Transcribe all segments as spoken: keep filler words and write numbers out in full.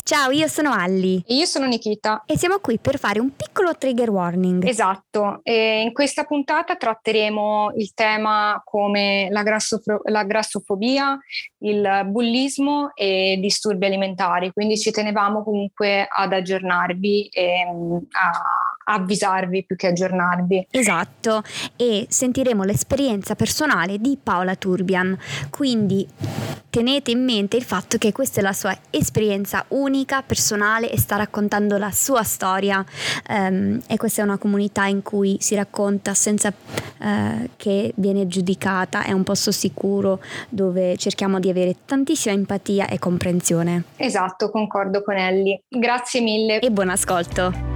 Ciao, io sono Alli. E io sono Nikita. E siamo qui per fare un piccolo trigger warning. Esatto, e in questa puntata tratteremo il tema come la, grassofo- la grassofobia, il bullismo e disturbi alimentari, quindi ci tenevamo comunque ad aggiornarvi e a avvisarvi più che aggiornarvi. Esatto, e sentiremo l'esperienza personale di Paola Turbian, quindi tenete in mente il fatto che questa è la sua esperienza unica, personale, e sta raccontando la sua storia, um, e questa è una comunità in cui si racconta senza uh, che viene giudicata, è un posto sicuro dove cerchiamo di avere tantissima empatia e comprensione. Esatto, concordo con Ellie. Grazie mille e buon ascolto.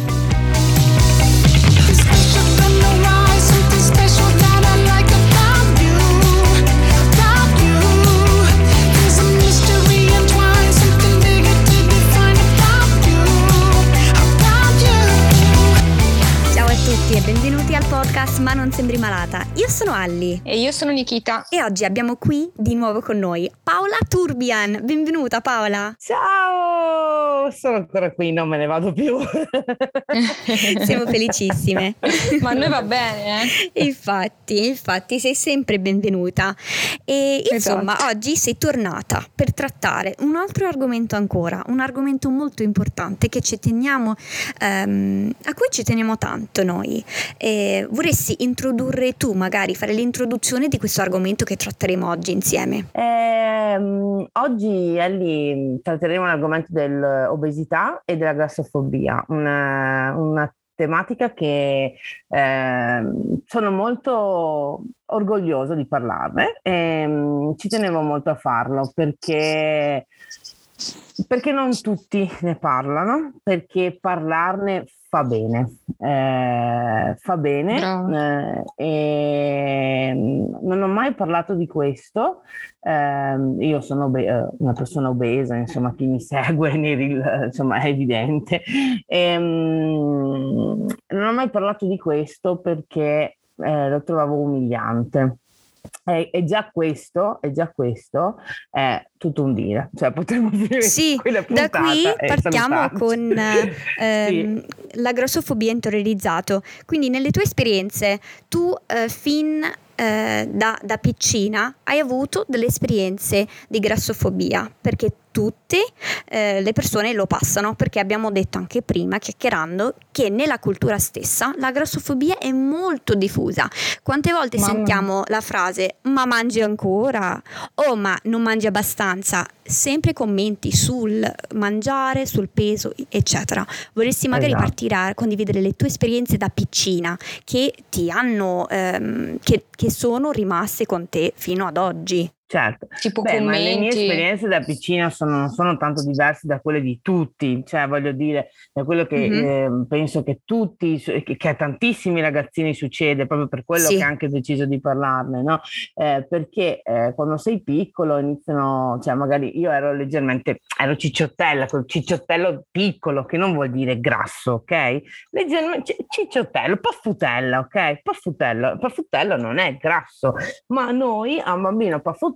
E benvenuti al podcast Ma non sembri malata. Io sono Alli. E io sono Nikita. E oggi abbiamo qui di nuovo con noi Paola Turbian. Benvenuta Paola. Ciao, sono ancora qui, non me ne vado più. Siamo felicissime. Ma a noi va bene, eh? Infatti, infatti sei sempre benvenuta. E insomma, esatto. Oggi sei tornata per trattare un altro argomento ancora, un argomento molto importante che ci teniamo, um, a cui ci teniamo tanto noi. E vorresti introdurre tu, magari fare l'introduzione di questo argomento che tratteremo oggi insieme? Eh, oggi Ellie tratteremo l'argomento dell'obesità e della grassofobia, una, una tematica che eh, sono molto orgoglioso di parlarne e ci tenevo molto a farlo perché perché non tutti ne parlano, perché parlarne fa bene, eh, fa bene eh, e non ho mai parlato di questo. Eh, io sono obe- una persona obesa, insomma chi mi segue insomma è evidente, e, um, non ho mai parlato di questo perché eh, lo trovavo umiliante. E, e già questo, e già questo è tutto un dire, cioè potremmo dire sì, da qui partiamo con ehm, sì. La grassofobia interiorizzato. Quindi nelle tue esperienze tu eh, fin eh, da, da piccina hai avuto delle esperienze di grassofobia, perché tutte eh, le persone lo passano, perché abbiamo detto anche prima, chiacchierando, che nella cultura stessa la grassofobia è molto diffusa. Quante volte Mamma. sentiamo la frase ma mangi ancora? O ma non mangi abbastanza? Sempre commenti sul mangiare, sul peso, eccetera. Vorresti magari esatto. partire a condividere le tue esperienze da piccina che ti hanno ehm, che, che sono rimaste con te fino ad oggi? Certo, tipo Beh, ma le mie commenti. esperienze da piccina sono, non sono tanto diverse da quelle di tutti, cioè voglio dire, da quello che mm-hmm. eh, penso che tutti, che, che a tantissimi ragazzini succede, proprio per quello sì. che ho anche deciso di parlarne, no? Eh, perché eh, quando sei piccolo iniziano, cioè magari io ero leggermente, ero cicciottella, quel cicciottello piccolo che non vuol dire grasso, ok? Leggermente cicciottello, paffutella, ok? Paffutello, paffutello non è grasso, ma noi a un bambino paffutello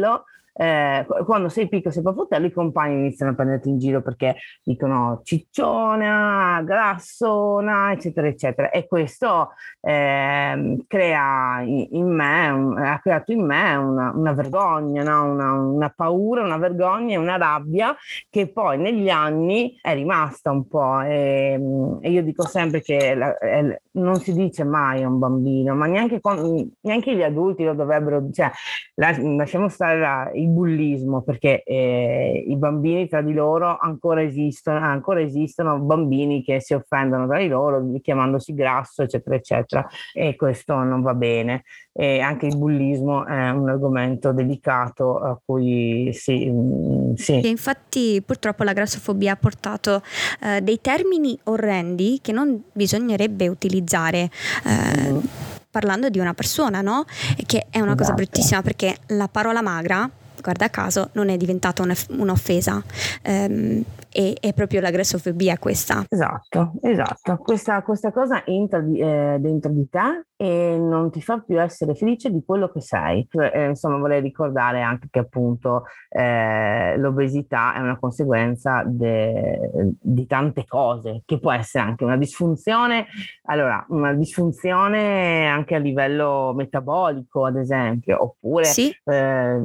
Eh, quando sei piccolo, sei paffutello, i compagni iniziano a prenderti in giro perché dicono cicciona, grassona, eccetera eccetera, e questo eh, crea in me ha creato in me una, una vergogna, no? una, una paura, una vergogna e una rabbia che poi negli anni è rimasta un po', e, e io dico sempre che la, è, non si dice mai a un bambino, ma neanche, quando, neanche gli adulti lo dovrebbero, cioè la, lasciamo stare la, il bullismo, perché eh, i bambini tra di loro ancora esistono, ancora esistono bambini che si offendono tra di loro chiamandosi grasso, eccetera eccetera, e questo non va bene. E anche il bullismo è un argomento delicato a cui sì, sì. E infatti purtroppo la grassofobia ha portato eh, dei termini orrendi che non bisognerebbe utilizzare eh, mm. parlando di una persona, no? Che è una esatto. cosa bruttissima, perché la parola magra, guarda caso, non è diventata un'offesa, ehm, e è proprio la grassofobia questa. Esatto, esatto. Questa, questa cosa entra di, eh, dentro di te e non ti fa più essere felice di quello che sei. Cioè, eh, insomma, vorrei ricordare anche che appunto eh, l'obesità è una conseguenza de, di tante cose, che può essere anche una disfunzione, allora, una disfunzione anche a livello metabolico, ad esempio, oppure sì. eh,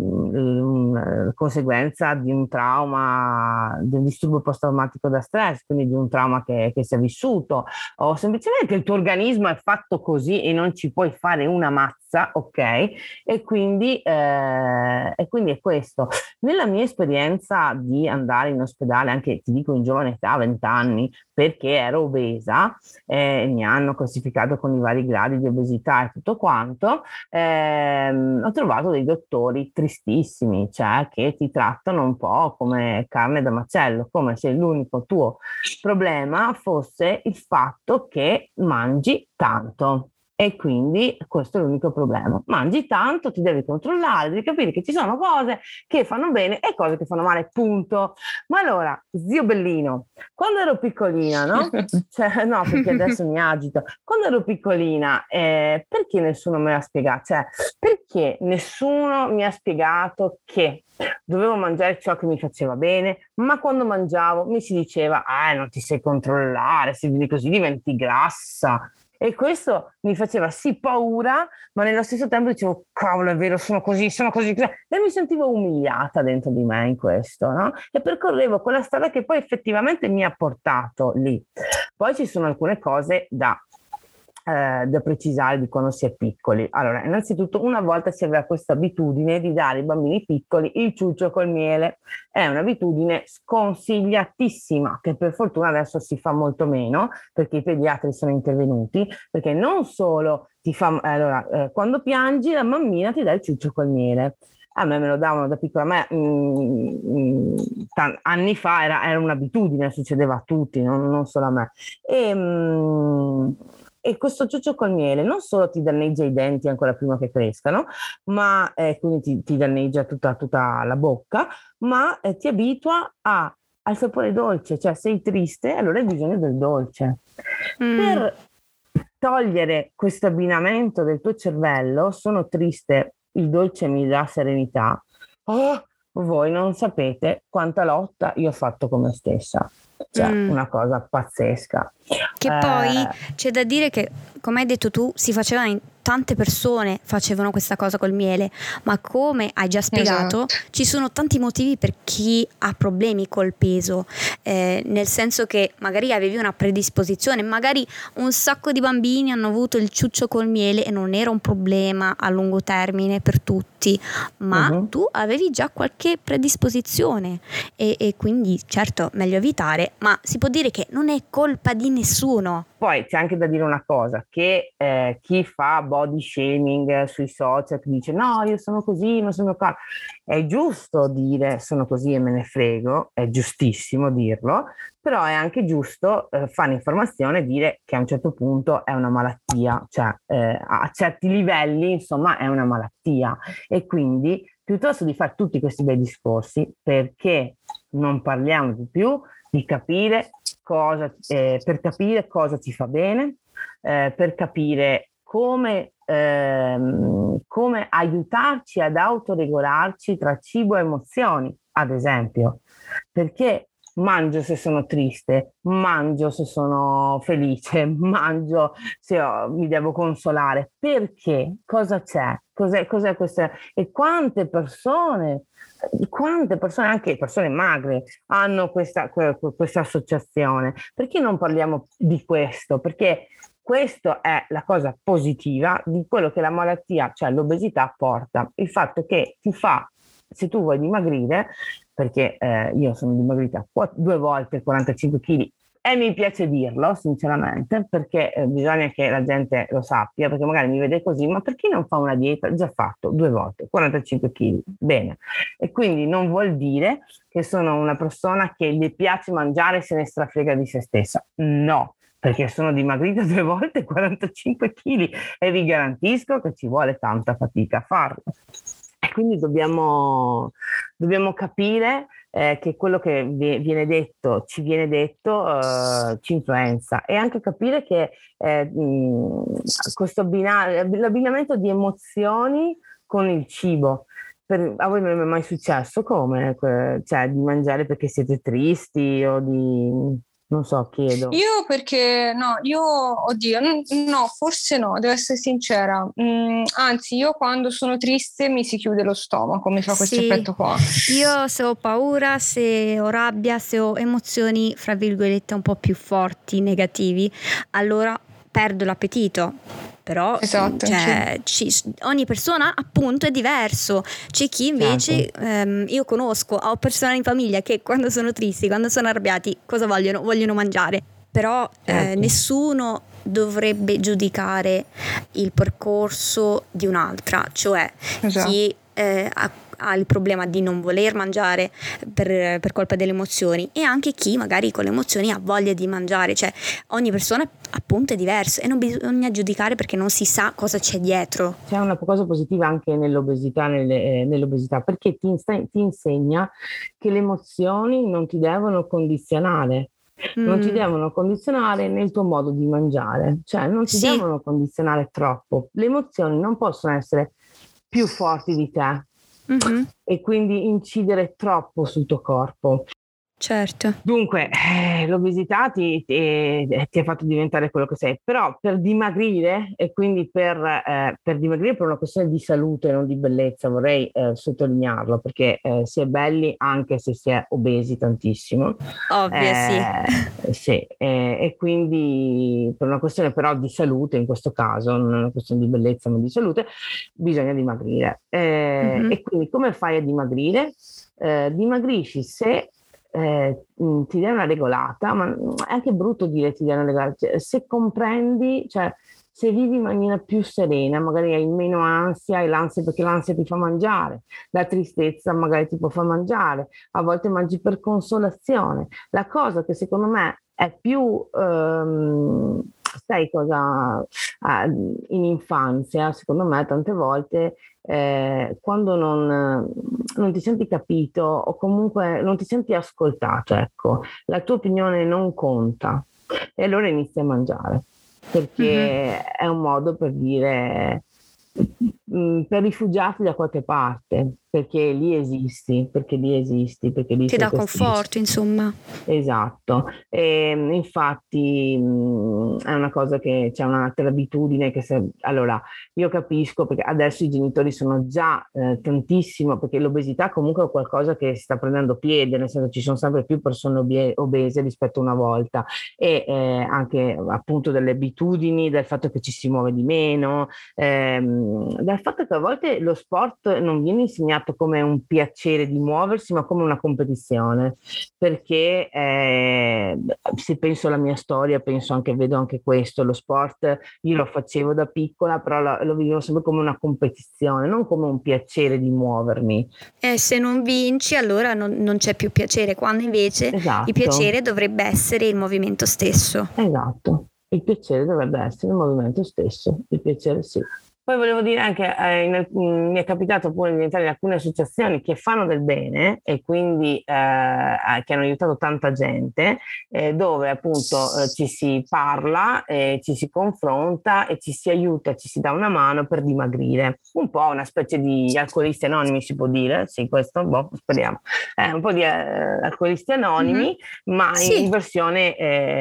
una conseguenza di un trauma, di un disturbo post-traumatico da stress, quindi di un trauma che, che si è vissuto, o semplicemente il tuo organismo è fatto così e non ci puoi fare una mazza, ok? E quindi, eh, e quindi è questo. Nella mia esperienza di andare in ospedale, anche ti dico in giovane età, venti anni, perché ero obesa, eh, mi hanno classificato con i vari gradi di obesità e tutto quanto, ehm, ho trovato dei dottori tristissimi, cioè che ti trattano un po' come carne da macello, come se l'unico tuo problema fosse il fatto che mangi tanto. E quindi questo è l'unico problema. Mangi tanto, ti devi controllare, devi capire che ci sono cose che fanno bene e cose che fanno male, punto. Ma allora, zio Bellino, quando ero piccolina, no? Cioè, no, perché adesso mi agito. Quando ero piccolina, eh, perché nessuno me l'ha spiegato? Cioè, perché nessuno mi ha spiegato che dovevo mangiare ciò che mi faceva bene, ma quando mangiavo mi si diceva, ah, non ti sai controllare, se vivi così diventi grassa. E questo mi faceva sì paura, ma nello stesso tempo dicevo, cavolo, è vero, sono così, sono così. E mi sentivo umiliata dentro di me in questo, no? E percorrevo quella strada che poi effettivamente mi ha portato lì. Poi ci sono alcune cose da, eh, da precisare di quando si è piccoli. Allora, innanzitutto, una volta si aveva questa abitudine di dare ai bambini piccoli il ciuccio col miele. È un'abitudine sconsigliatissima, che per fortuna adesso si fa molto meno, perché i pediatri sono intervenuti, perché non solo ti fa, allora, eh, quando piangi la mammina ti dà il ciuccio col miele. A me me lo davano da piccola, a me mh, t- anni fa era, era un'abitudine, succedeva a tutti, non, non solo a me. E, mh, e questo ciuccio col miele non solo ti danneggia i denti ancora prima che crescano, ma eh, quindi ti, ti danneggia tutta, tutta la bocca, ma eh, ti abitua a, al sapore dolce, cioè sei triste, allora hai bisogno del dolce. Mm. Per togliere questo abbinamento del tuo cervello, sono triste, il dolce mi dà serenità, oh, voi non sapete quanta lotta io ho fatto con me stessa. Cioè, mm. una cosa pazzesca. Che eh, poi c'è da dire che, come hai detto tu, si faceva in tante persone facevano questa cosa col miele, ma come hai già spiegato, esatto, ci sono tanti motivi per chi ha problemi col peso, eh, nel senso che magari avevi una predisposizione, magari un sacco di bambini hanno avuto il ciuccio col miele e non era un problema a lungo termine per tutti, ma uh-huh. tu avevi già qualche predisposizione e, e quindi certo meglio evitare, ma si può dire che non è colpa di nessuno. Poi c'è anche da dire una cosa, che eh, chi fa body shaming sui social, che dice no, io sono così, non sono qua. È giusto dire sono così e me ne frego, è giustissimo dirlo, però è anche giusto eh, fare informazione e dire che a un certo punto è una malattia, cioè eh, a certi livelli insomma è una malattia, e quindi piuttosto di fare tutti questi bei discorsi, perché non parliamo di più di capire cosa, eh, per capire cosa ci fa bene, eh, per capire come, ehm, come aiutarci ad autoregolarci tra cibo e emozioni, ad esempio, perché mangio se sono triste, mangio se sono felice, mangio se ho, mi devo consolare, perché? Cosa c'è? Cos'è, cos'è questa? E quante persone, quante persone, anche persone magre, hanno questa, questa associazione? Perché non parliamo di questo? Perché questa è la cosa positiva di quello che la malattia, cioè l'obesità, porta. Il fatto che ti fa, se tu vuoi dimagrire, perché eh, io sono dimagrita due volte quarantacinque chili, e mi piace dirlo sinceramente, perché eh, bisogna che la gente lo sappia, perché magari mi vede così, ma per chi non fa una dieta? Già fatto due volte quarantacinque chili, bene, e quindi non vuol dire che sono una persona che gli piace mangiare e se ne strafrega di se stessa, no, perché sono dimagrita due volte quarantacinque chili e vi garantisco che ci vuole tanta fatica a farlo. E quindi dobbiamo, dobbiamo capire eh, che quello che vi- viene detto, ci viene detto, eh, ci influenza, e anche capire che eh, mh, questo abbina- l'abbinamento di emozioni con il cibo. Per, a voi non è mai successo come? Que- Cioè, di mangiare perché siete tristi o di... non so, chiedo. Io perché no, io oddio, n- no, forse no, devo essere sincera. Mm, anzi, io quando sono triste mi si chiude lo stomaco, mi fa questo Sì, effetto qua. io se ho paura, se ho rabbia, se ho emozioni, fra virgolette, un po' più forti, negativi, allora perdo l'appetito. Però Esatto, cioè, ci- ogni persona appunto è diverso. C'è chi invece, Certo. ehm, io conosco, ho persone in famiglia che quando sono tristi, quando sono arrabbiati, cosa vogliono? Vogliono mangiare. Però eh, Certo. nessuno dovrebbe giudicare il percorso di un'altra, cioè Esatto. chi eh, ha, ha il problema di non voler mangiare per, per colpa delle emozioni, e anche chi magari con le emozioni ha voglia di mangiare, cioè ogni persona appunto è diversa e non bisogna giudicare perché non si sa cosa c'è dietro. C'è una cosa positiva anche nell'obesità, nelle- eh, nell'obesità, perché ti, insta- ti insegna che le emozioni non ti devono condizionare. Non ti Mm, devono condizionare nel tuo modo di mangiare, cioè non ti sì, devono condizionare troppo. Le emozioni non possono essere più forti di te mhm, e quindi incidere troppo sul tuo corpo. certo. Dunque, eh, l'obesità ti, ti- ti ha fatto diventare quello che sei, però per dimagrire, e quindi per, eh, per dimagrire per una questione di salute, non di bellezza, vorrei eh, sottolinearlo, perché eh, si è belli anche se si è obesi tantissimo. Ovvio, sì. Eh, sì, eh, e quindi per una questione però di salute, in questo caso, non è una questione di bellezza ma di salute, bisogna dimagrire. Eh, Mhm, E quindi come fai a dimagrire? Eh, dimagrisci se eh, mh, ti dai una regolata, ma è anche brutto dire ti dai una regolata, cioè, se comprendi, cioè se vivi in maniera più serena, magari hai meno ansia, hai l'ansia perché l'ansia ti fa mangiare, la tristezza magari ti può far mangiare, a volte mangi per consolazione. La cosa che secondo me è più, ehm, sai cosa, ah, in infanzia, secondo me tante volte eh, quando non, non ti senti capito o comunque non ti senti ascoltato, ecco, la tua opinione non conta e allora inizi a mangiare, mhm. perché è un modo per dire, mh, per rifugiarti da qualche parte, perché lì esisti, perché lì esisti, perché lì Ti sei dà te stesso. conforto, insomma. Esatto, e, infatti mh, è una cosa che c'è un'altra abitudine che se, allora io capisco perché adesso i genitori sono già eh, tantissimo, perché l'obesità comunque è qualcosa che si sta prendendo piede, nel senso ci sono sempre più persone obie- obese rispetto a una volta, e eh, anche appunto delle abitudini, del fatto che ci si muove di meno, ehm, dal fatto che a volte lo sport non viene insegnato come un piacere di muoversi, ma come una competizione, perché eh, se penso alla mia storia, penso anche, vedo anche questo, lo sport io lo facevo da piccola, però lo, lo vivevo sempre come una competizione, non come un piacere di muovermi. E se non vinci, allora non, non c'è più piacere, quando invece il Esatto, piacere dovrebbe essere il movimento stesso. esatto. Il piacere dovrebbe essere il movimento stesso, il piacere sì. Poi volevo dire anche, eh, in alc- mh, mi è capitato pure di entrare in alcune associazioni che fanno del bene e quindi eh, eh, che hanno aiutato tanta gente, eh, dove appunto eh, ci si parla, eh, ci si confronta e ci si aiuta, ci si dà una mano per dimagrire. Un po' una specie di alcolisti anonimi, si può dire, sì, questo, boh, speriamo. Eh, un po' di eh, alcolisti Mhm. anonimi, ma in, in Sì, versione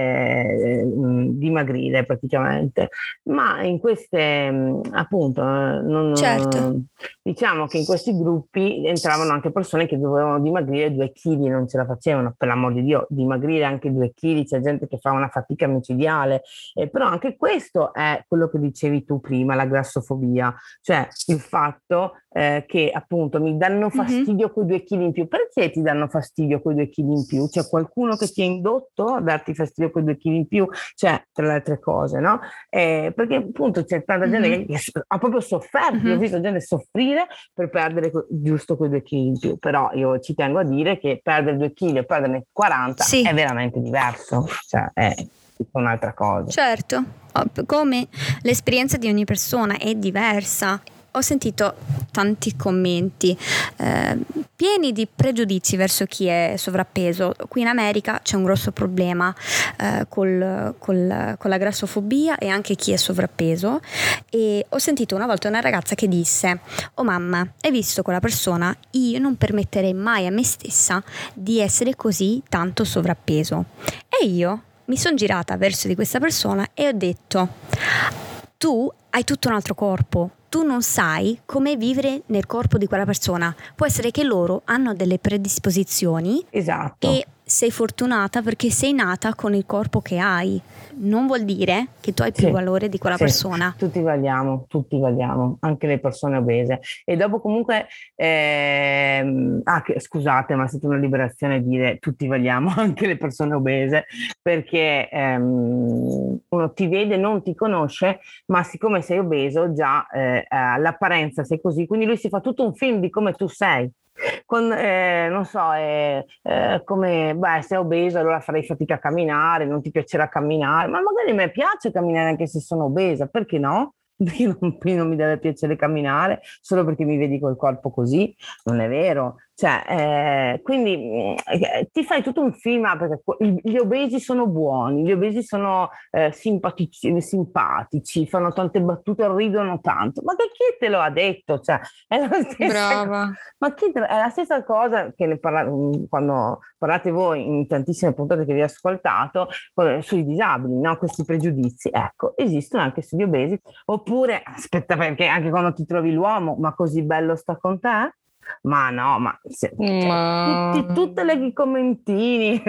eh, mh, dimagrire praticamente. Ma in queste, mh, appunto, eh, certo. non, diciamo che in questi gruppi entravano anche persone che dovevano dimagrire due chili, non ce la facevano, per l'amor di Dio, dimagrire anche due chili, c'è gente che fa una fatica micidiale, eh, però anche questo è quello che dicevi tu prima, la grassofobia, cioè il fatto eh, che appunto mi danno Mhm. fastidio quei due chili in più. Perché ti danno fastidio quei due chili in più? C'è qualcuno che ti ha indotto a darti fastidio quei due chili in più? Cioè, tra le altre cose, no? Eh, perché appunto c'è tanta gente Mhm. che, che ha proprio sofferto, io ho Mhm. visto gente soffrire per perdere que- giusto quei due chili in più, però io ci tengo a dire che perdere due chili e perderne quaranta è Sì, veramente diverso, cioè è tutta un'altra cosa. certo. Oh, come l'esperienza di ogni persona è diversa. ho sentito tanti commenti eh, pieni di pregiudizi verso chi è sovrappeso. Qui in America c'è un grosso problema eh, col, col, con la grassofobia e anche chi è sovrappeso, e ho sentito una volta una ragazza che disse: oh mamma, hai visto quella persona? Io non permetterei mai a me stessa di essere così tanto sovrappeso. E io mi sono girata verso di questa persona e ho detto: tu hai tutto un altro corpo, tu non sai come vivere nel corpo di quella persona. Può essere che loro hanno delle predisposizioni, esatto, e sei fortunata perché sei nata con il corpo che hai. Non vuol dire che tu hai più sì, valore di quella sì, persona. Tutti valiamo, tutti valiamo, anche le persone obese. E dopo comunque, ehm, ah, che, scusate, ma è stata una liberazione dire tutti valiamo, anche le persone obese, perché ehm, uno ti vede, non ti conosce, ma siccome sei obeso già eh, all'apparenza sei così, quindi lui si fa tutto un film di come tu sei. Con, eh, non so, eh, eh, come, beh, sei obeso allora farei fatica a camminare, non ti piacerà camminare, ma magari mi piace camminare anche se sono obesa, perché no? Perché non, non mi deve piacere camminare solo perché mi vedi col corpo così? Non è vero. Cioè, eh, quindi eh, ti fai tutto un film, ah, perché gli obesi sono buoni, gli obesi sono eh, simpatici, simpatici, fanno tante battute, ridono tanto. Ma che chi te lo ha detto? Cioè, è la stessa Brava. Co- ma chi te lo- è la stessa cosa che ne parla, quando parlate voi in tantissime puntate che vi ho ascoltato eh, sui disabili, no? Questi pregiudizi, ecco, esistono anche sugli obesi. Oppure, aspetta, perché anche quando ti trovi l'uomo, ma così bello sta con te? Ma no, ma, se, ma... cioè, tutti, tutte le commentini.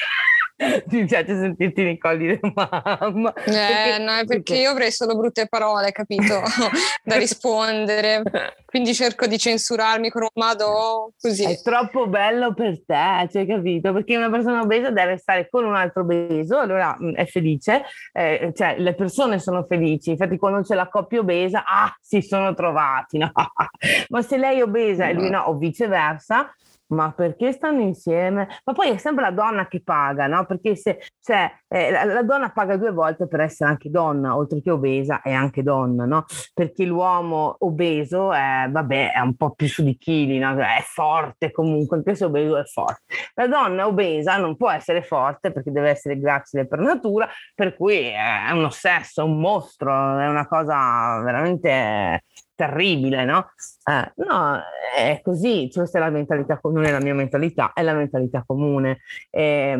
Ti piace sentirti nei colli della mamma? Eh, perché, no, è perché io avrei solo brutte parole, capito? Da rispondere, quindi cerco di censurarmi con un mado così. È troppo bello per te, cioè, capito? Perché una persona obesa deve stare con un altro obeso, allora mh, è felice, eh, cioè le persone sono felici, infatti quando c'è la coppia obesa, ah, si sono trovati, no? Ma se lei è obesa e lui no, o viceversa, ma perché stanno insieme? Ma poi è sempre la donna che paga, no? Perché se, cioè, eh, la, la donna paga due volte per essere anche donna, oltre che obesa è anche donna, no? Perché l'uomo obeso è, vabbè, è un po' più su di chili, no? È forte comunque, anche se obeso è forte. La donna obesa non può essere forte perché deve essere gracile per natura, per cui è uno sesso, un mostro, è una cosa veramente terribile, no? Eh, no, è così, cioè, questa è la mentalità, non è la mia mentalità, è la mentalità comune. E,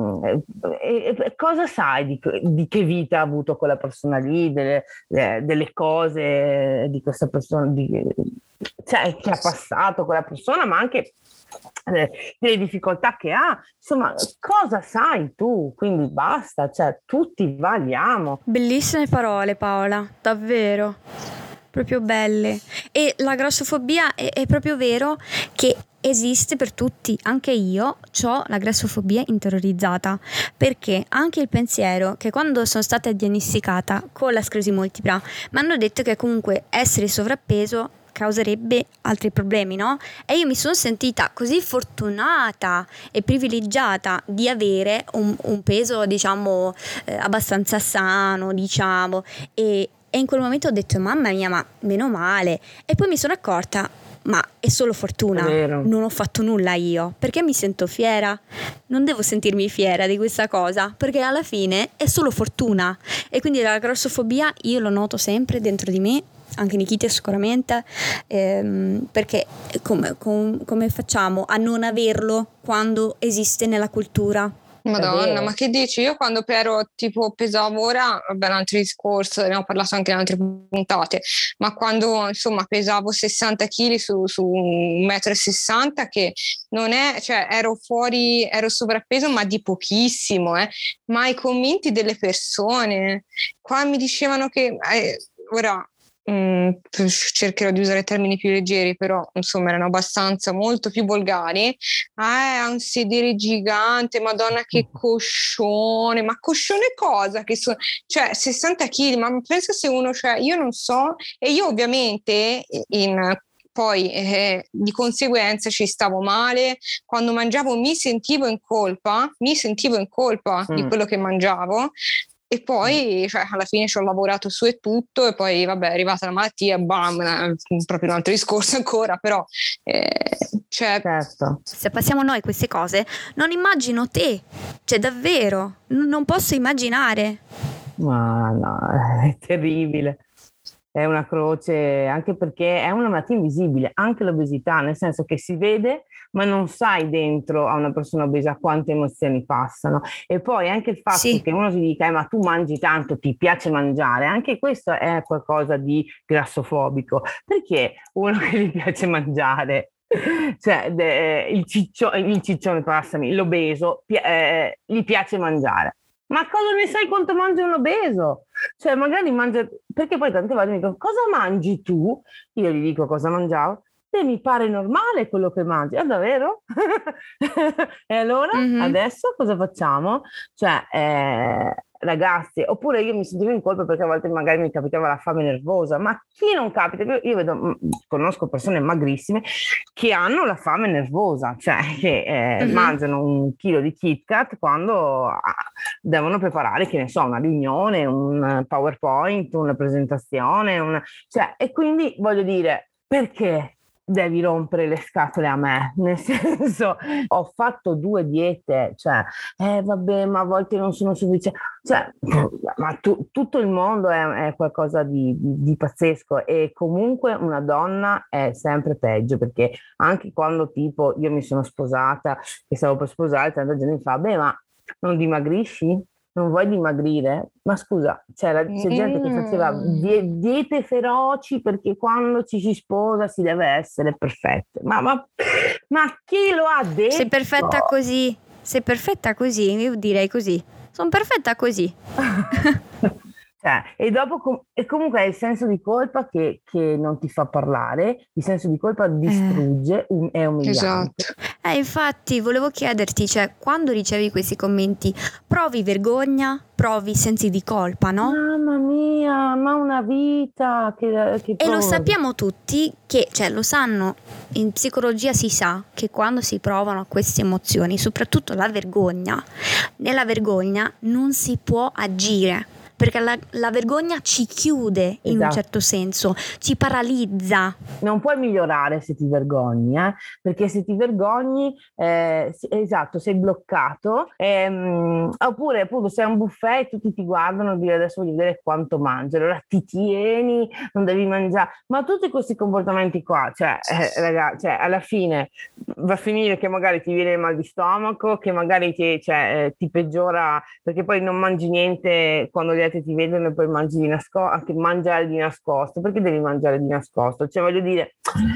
e, e cosa sai di, di che vita ha avuto quella persona lì, delle, delle cose di questa persona, di, cioè che ha passato quella persona, ma anche delle difficoltà che ha, insomma, cosa sai tu? Quindi basta, cioè tutti valiamo. Bellissime parole, Paola, davvero. Proprio belle. E la grassofobia è, è proprio vero che esiste per tutti. Anche io ho la grassofobia interiorizzata, perché anche il pensiero che quando sono stata diagnosticata con la sclerosi multipla mi hanno detto che comunque essere sovrappeso causerebbe altri problemi, no? E io mi sono sentita così fortunata e privilegiata di avere un, un peso, diciamo, eh, abbastanza sano, diciamo, e E in quel momento ho detto: mamma mia, ma meno male. E poi mi sono accorta: ma è solo fortuna, è non ho fatto nulla io. Perché mi sento fiera? Non devo sentirmi fiera di questa cosa, perché alla fine è solo fortuna. E quindi la grassofobia io lo noto sempre dentro di me, anche Nikita sicuramente, ehm, perché come, com, come facciamo a non averlo quando esiste nella cultura? Madonna, ma che dici? Io quando ero tipo pesavo ora, vabbè, un altro discorso, ne ho parlato anche in altre puntate, ma quando insomma pesavo sessanta chili su, su un metro e sessanta, che non è, cioè ero fuori, ero sovrappeso ma di pochissimo, eh. Ma i commenti delle persone qua mi dicevano che eh, ora Mm, cercherò di usare termini più leggeri, però insomma erano abbastanza molto più volgari. Ah, ha un sedere gigante, madonna che coscione, ma coscione cosa? Che so, cioè sessanta chili, ma pensa se uno, cioè io non so, e io ovviamente in poi eh, di conseguenza ci stavo male, quando mangiavo mi sentivo in colpa, mi sentivo in colpa mm. di quello che mangiavo. e poi cioè, alla fine ci ho lavorato su e tutto, e poi vabbè è arrivata la malattia, bam, proprio un altro discorso ancora, però eh, cioè... certo. Se passiamo noi queste cose, non immagino te, cioè davvero, n- non posso immaginare. Ma no, è terribile. È una croce, anche perché è una malattia invisibile, anche l'obesità, nel senso che si vede, ma non sai dentro a una persona obesa quante emozioni passano. E poi anche il fatto Sì. che uno si dica, eh, ma tu mangi tanto, ti piace mangiare, anche questo è qualcosa di grassofobico. Perché uno che gli piace mangiare, cioè de, il, ciccio, il ciccione, passami, l'obeso, pi- eh, gli piace mangiare. Ma cosa ne sai quanto mangia un obeso? Cioè magari mangia, perché poi tante volte mi dicono cosa mangi tu? Io gli dico cosa mangiavo e mi pare normale quello che mangi. Ah, davvero? E allora mm-hmm. adesso cosa facciamo? Cioè eh, ragazzi, oppure io mi sentivo in colpa perché a volte magari mi capitava la fame nervosa, ma chi non capita? Io, io vedo, conosco persone magrissime che hanno la fame nervosa, cioè che eh, mm-hmm. mangiano un chilo di Kit Kat quando ah, devono preparare, che ne so, una riunione, un PowerPoint, una presentazione, una... Cioè, e quindi voglio dire, perché devi rompere le scatole a me? Nel senso, ho fatto due diete, cioè, eh vabbè, ma a volte non sono sufficienti, cioè, ma tu, tutto il mondo è, è qualcosa di, di, di pazzesco, e comunque una donna è sempre peggio, perché anche quando tipo io mi sono sposata e stavo per sposare, tanta gente mi fa, beh, ma non dimagrisci? Non vuoi dimagrire? Ma scusa, c'è, la, c'è gente che faceva die, diete feroci perché quando ci si sposa si deve essere perfette. Ma, ma, ma chi lo ha detto? Sei perfetta così, sei perfetta così, io direi così. Sono perfetta così. Cioè, e dopo com- e comunque è il senso di colpa che, che non ti fa parlare, il senso di colpa distrugge, eh. um, è umiliante. Esatto. Eh, infatti volevo chiederti, cioè, quando ricevi questi commenti, provi vergogna, provi sensi di colpa, no? Mamma mia, ma una vita che, che E lo sappiamo tutti che, cioè, lo sanno, in psicologia si sa che quando si provano queste emozioni, soprattutto la vergogna, nella vergogna non si può agire. Perché la, la vergogna ci chiude, in esatto. un certo senso, ci paralizza. Non puoi migliorare se ti vergogni, eh? Perché se ti vergogni, eh, esatto, sei bloccato, ehm, oppure appunto sei a un buffet e tutti ti guardano e dicono adesso voglio vedere quanto mangi, allora ti tieni, non devi mangiare, ma tutti questi comportamenti qua, cioè, eh, ragazzi, cioè, alla fine va a finire che magari ti viene il mal di stomaco, che magari ti, cioè, eh, ti peggiora, perché poi non mangi niente quando gli altri ti vedono e poi mangi di nascosto, anche mangiare di nascosto, perché devi mangiare di nascosto? Cioè voglio dire,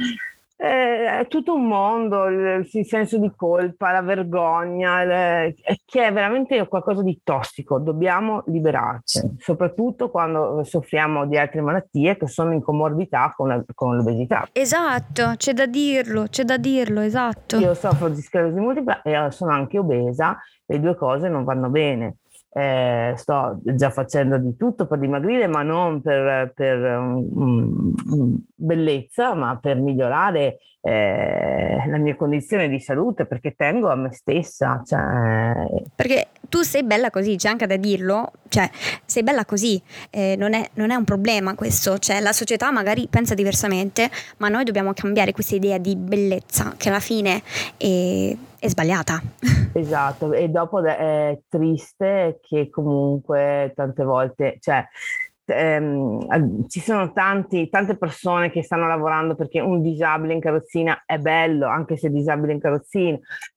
eh, è tutto un mondo, il, il senso di colpa, la vergogna, il, che è veramente qualcosa di tossico, dobbiamo liberarci, soprattutto quando soffriamo di altre malattie che sono in comorbidità con, la, con l'obesità. Esatto, c'è da dirlo, c'è da dirlo, esatto. Io soffro di sclerosi multipla e sono anche obesa, le due cose non vanno bene. Eh, sto già facendo di tutto per dimagrire, ma non per, per um, um, bellezza, ma per migliorare eh, la mia condizione di salute, perché tengo a me stessa, cioè... perché tu sei bella così, c'è anche da dirlo, cioè sei bella così, eh, non è, non è un problema questo, cioè la società magari pensa diversamente, ma noi dobbiamo cambiare questa idea di bellezza che alla fine è, è sbagliata. Esatto, e dopo è triste che comunque tante volte, cioè ehm, ci sono tanti, tante persone che stanno lavorando perché un disabile in carrozzina è bello, anche se è disabile in carrozzina,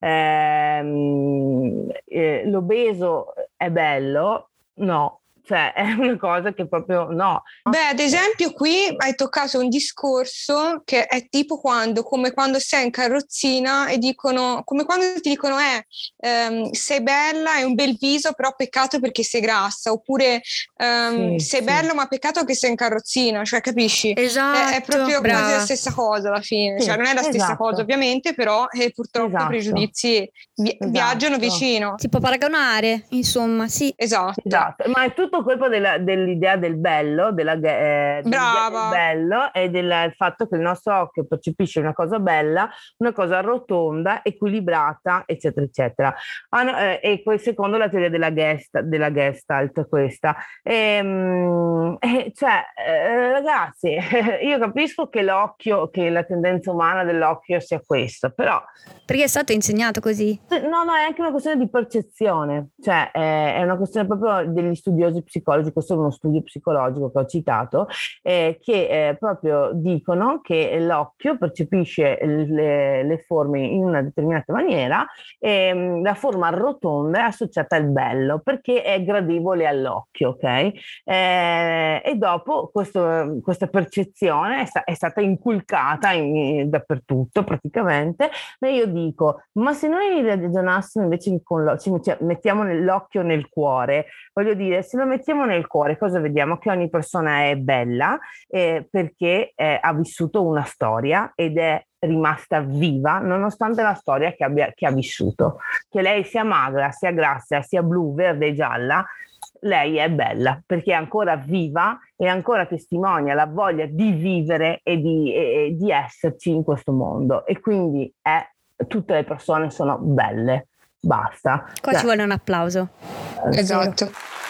ehm, eh, l'obeso è bello, no. Cioè è una cosa che proprio no. Beh, ad esempio qui hai toccato un discorso che è tipo quando, come quando sei in carrozzina e dicono, come quando ti dicono eh, ehm, sei bella, hai un bel viso, però peccato perché sei grassa, oppure ehm, sì, sei sì. bello ma peccato che sei in carrozzina, cioè capisci? Esatto, è, è proprio brava. quasi la stessa cosa alla fine, sì, cioè non è la stessa esatto. cosa ovviamente, però eh, purtroppo esatto. i pregiudizi vi- esatto. viaggiano vicino. Si può paragonare, insomma, sì. Esatto. esatto. Ma è tutto tutto colpa della, dell'idea del bello, della, eh, dell'idea del bello e del fatto che il nostro occhio percepisce una cosa bella, una cosa rotonda, equilibrata, eccetera, eccetera. Ah, no, eh, e poi secondo la teoria della, gest, della Gestalt, questa. E, mm, eh, cioè, eh, ragazzi, io capisco che l'occhio, che la tendenza umana dell'occhio sia questo, però... Perché è stato insegnato così? No, no, è anche una questione di percezione, cioè è una questione proprio degli studiosi psicologi, questo è uno studio psicologico che ho citato, eh, che eh, proprio dicono che l'occhio percepisce le, le forme in una determinata maniera e mh, la forma rotonda è associata al bello perché è gradevole all'occhio, ok? Eh, e dopo questo, questa percezione è, sta, è stata inculcata in, dappertutto praticamente, ma io dico, ma se noi ragionassimo invece con lo, ci mettiamo l'occhio nel cuore, voglio dire, se lo mettiamo nel cuore, cosa vediamo? Che ogni persona è bella eh, perché eh, ha vissuto una storia ed è rimasta viva nonostante la storia che, abbia, che ha vissuto. Che lei sia magra, sia grassa, sia blu, verde, gialla, lei è bella perché è ancora viva e ancora testimonia la voglia di vivere e di, e, di esserci in questo mondo, e quindi è, tutte le persone sono belle, basta. Qua cioè, ci vuole un applauso. Esatto.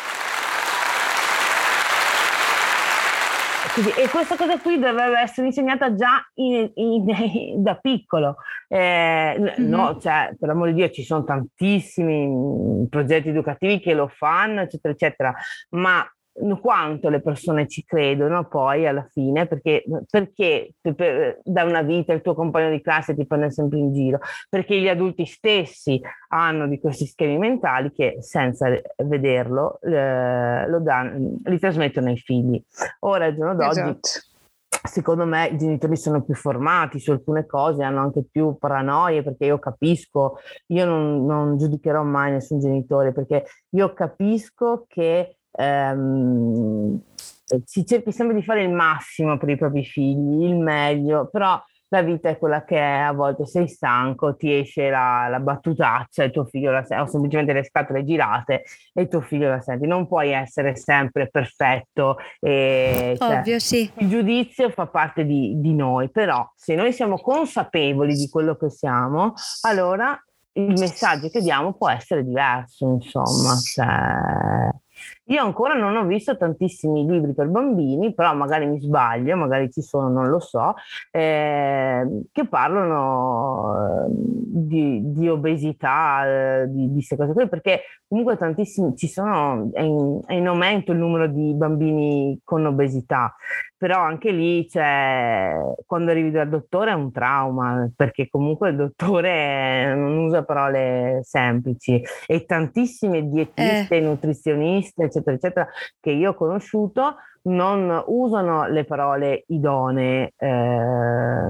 E questa cosa qui dovrebbe essere insegnata già in, in, in, da piccolo. Eh, mm-hmm. No, cioè, per l'amore di Dio, ci sono tantissimi progetti educativi che lo fanno, eccetera, eccetera, ma quanto le persone ci credono poi alla fine, perché, perché per, da una vita il tuo compagno di classe ti prende sempre in giro, perché gli adulti stessi hanno di questi schemi mentali che senza vederlo eh, lo danno, li trasmettono ai figli. Ora al giorno d'oggi esatto. Secondo me i genitori sono più formati su alcune cose, hanno anche più paranoie, perché io capisco, io non, non giudicherò mai nessun genitore, perché io capisco che Um, si cerchi sempre di fare il massimo per i propri figli, il meglio, però la vita è quella che è, a volte sei stanco, ti esce la, la battutaccia e tuo figlio la sente, o semplicemente le scatole girate e tuo figlio la senti. Non puoi essere sempre perfetto. E, Ovvio, cioè, sì. Il giudizio fa parte di, di noi, però se noi siamo consapevoli di quello che siamo, allora il messaggio che diamo può essere diverso, insomma. Cioè, io ancora non ho visto tantissimi libri per bambini, però magari mi sbaglio, magari ci sono, non lo so, eh, che parlano di, di obesità, eh, di queste cose qui, perché comunque tantissimi ci sono, è in, è in aumento il numero di bambini con obesità, però anche lì c'è, quando arrivi dal dottore è un trauma, perché comunque il dottore non usa parole semplici, e tantissime dietiste, eh. nutrizioniste, eccetera, eccetera, che io ho conosciuto, non usano le parole idonee, eh,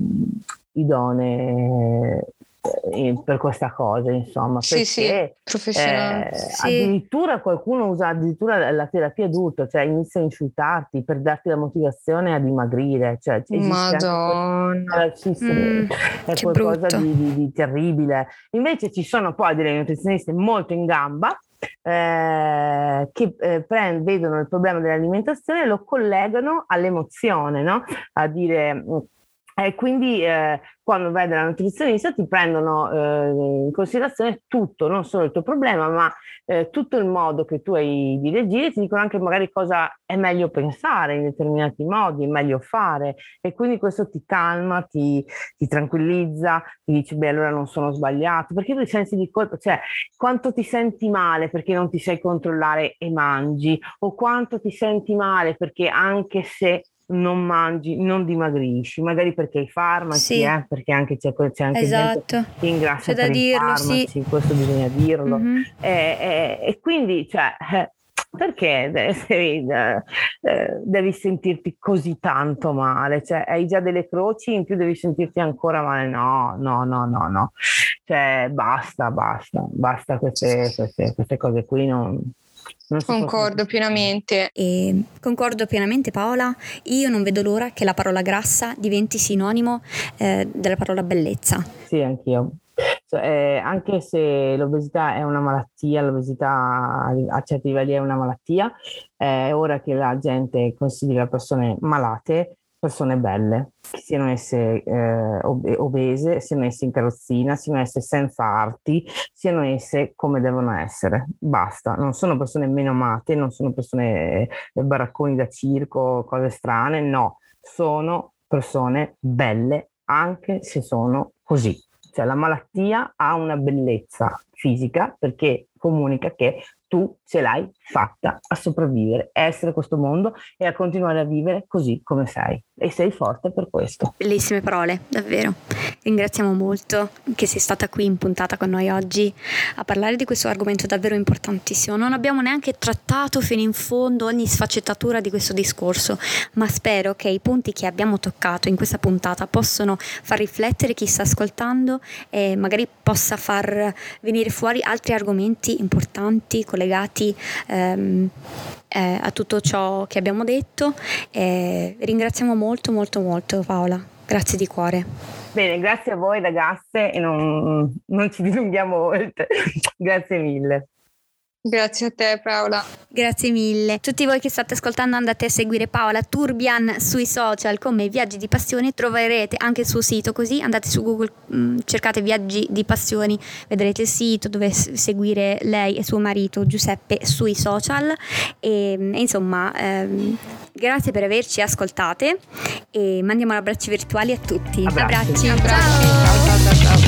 idonee per questa cosa, insomma, sì, perché sì, professionale. Eh, sì. Addirittura qualcuno usa addirittura la terapia adulto, cioè inizia a insultarti per darti la motivazione a dimagrire, cioè Madonna, anche, sì, mm, è qualcosa di, di, di terribile. Invece ci sono poi delle nutrizioniste molto in gamba Eh, che eh, prend, vedono il problema dell'alimentazione e lo collegano all'emozione, no? A dire e quindi eh, quando vai dalla nutrizionista ti prendono eh, in considerazione tutto, non solo il tuo problema, ma eh, tutto il modo che tu hai di reagire, ti dicono anche magari cosa è meglio pensare in determinati modi, è meglio fare, e quindi questo ti calma, ti, ti tranquillizza, ti dice beh allora non sono sbagliato, perché tu sensi di colpa, cioè quanto ti senti male perché non ti sai controllare e mangi, o quanto ti senti male perché anche se non mangi, non dimagrisci, magari perché i farmaci, sì. eh, perché anche c'è, c'è anche esatto. gente che ingrassa c'è per da i dirlo, farmaci, sì. questo bisogna dirlo. Mm-hmm. E, e, e quindi, cioè, eh, perché devi, eh, devi sentirti così tanto male? Cioè, hai già delle croci, in più devi sentirti ancora male? No, no, no, no, no. Cioè, basta, basta, basta queste, queste, queste cose qui, non... Concordo pienamente. E concordo pienamente, Paola. Io non vedo l'ora che la parola grassa diventi sinonimo eh, della parola bellezza. Sì, anch'io. Cioè, eh, anche se l'obesità è una malattia, l'obesità a certi livelli è una malattia, è ora che la gente considera persone malate persone belle, siano esse eh, obese, siano esse in carrozzina, siano esse senza arti, siano esse come devono essere. Basta, non sono persone meno amate, non sono persone eh, baracconi da circo, cose strane, no, sono persone belle anche se sono così. Cioè la malattia ha una bellezza fisica perché comunica che tu ce l'hai fatta a sopravvivere, a essere a questo mondo e a continuare a vivere così come sei. E sei forte per questo. Bellissime parole, davvero. Ringraziamo molto che sei stata qui in puntata con noi oggi a parlare di questo argomento davvero importantissimo. Non abbiamo neanche trattato fino in fondo ogni sfaccettatura di questo discorso, ma spero che i punti che abbiamo toccato in questa puntata possano far riflettere chi sta ascoltando e magari possa far venire fuori altri argomenti importanti collegati ehm, eh, a tutto ciò che abbiamo detto. E ringraziamo molto molto molto Paola, grazie di cuore. Bene, grazie a voi ragazze e non, non ci dilunghiamo oltre. Grazie mille. Grazie a te Paola. Grazie mille. Tutti voi che state ascoltando andate a seguire Paola Turbian sui social come Viaggi di Passioni, troverete anche il suo sito, così andate su Google, mh, cercate Viaggi di Passioni, vedrete il sito dove s- seguire lei e suo marito Giuseppe sui social e, e insomma ehm, grazie per averci ascoltate e mandiamo abbracci virtuali a tutti. Abbracci. Abbracci. Abbracci. Ciao. Ciao ciao ciao. ciao.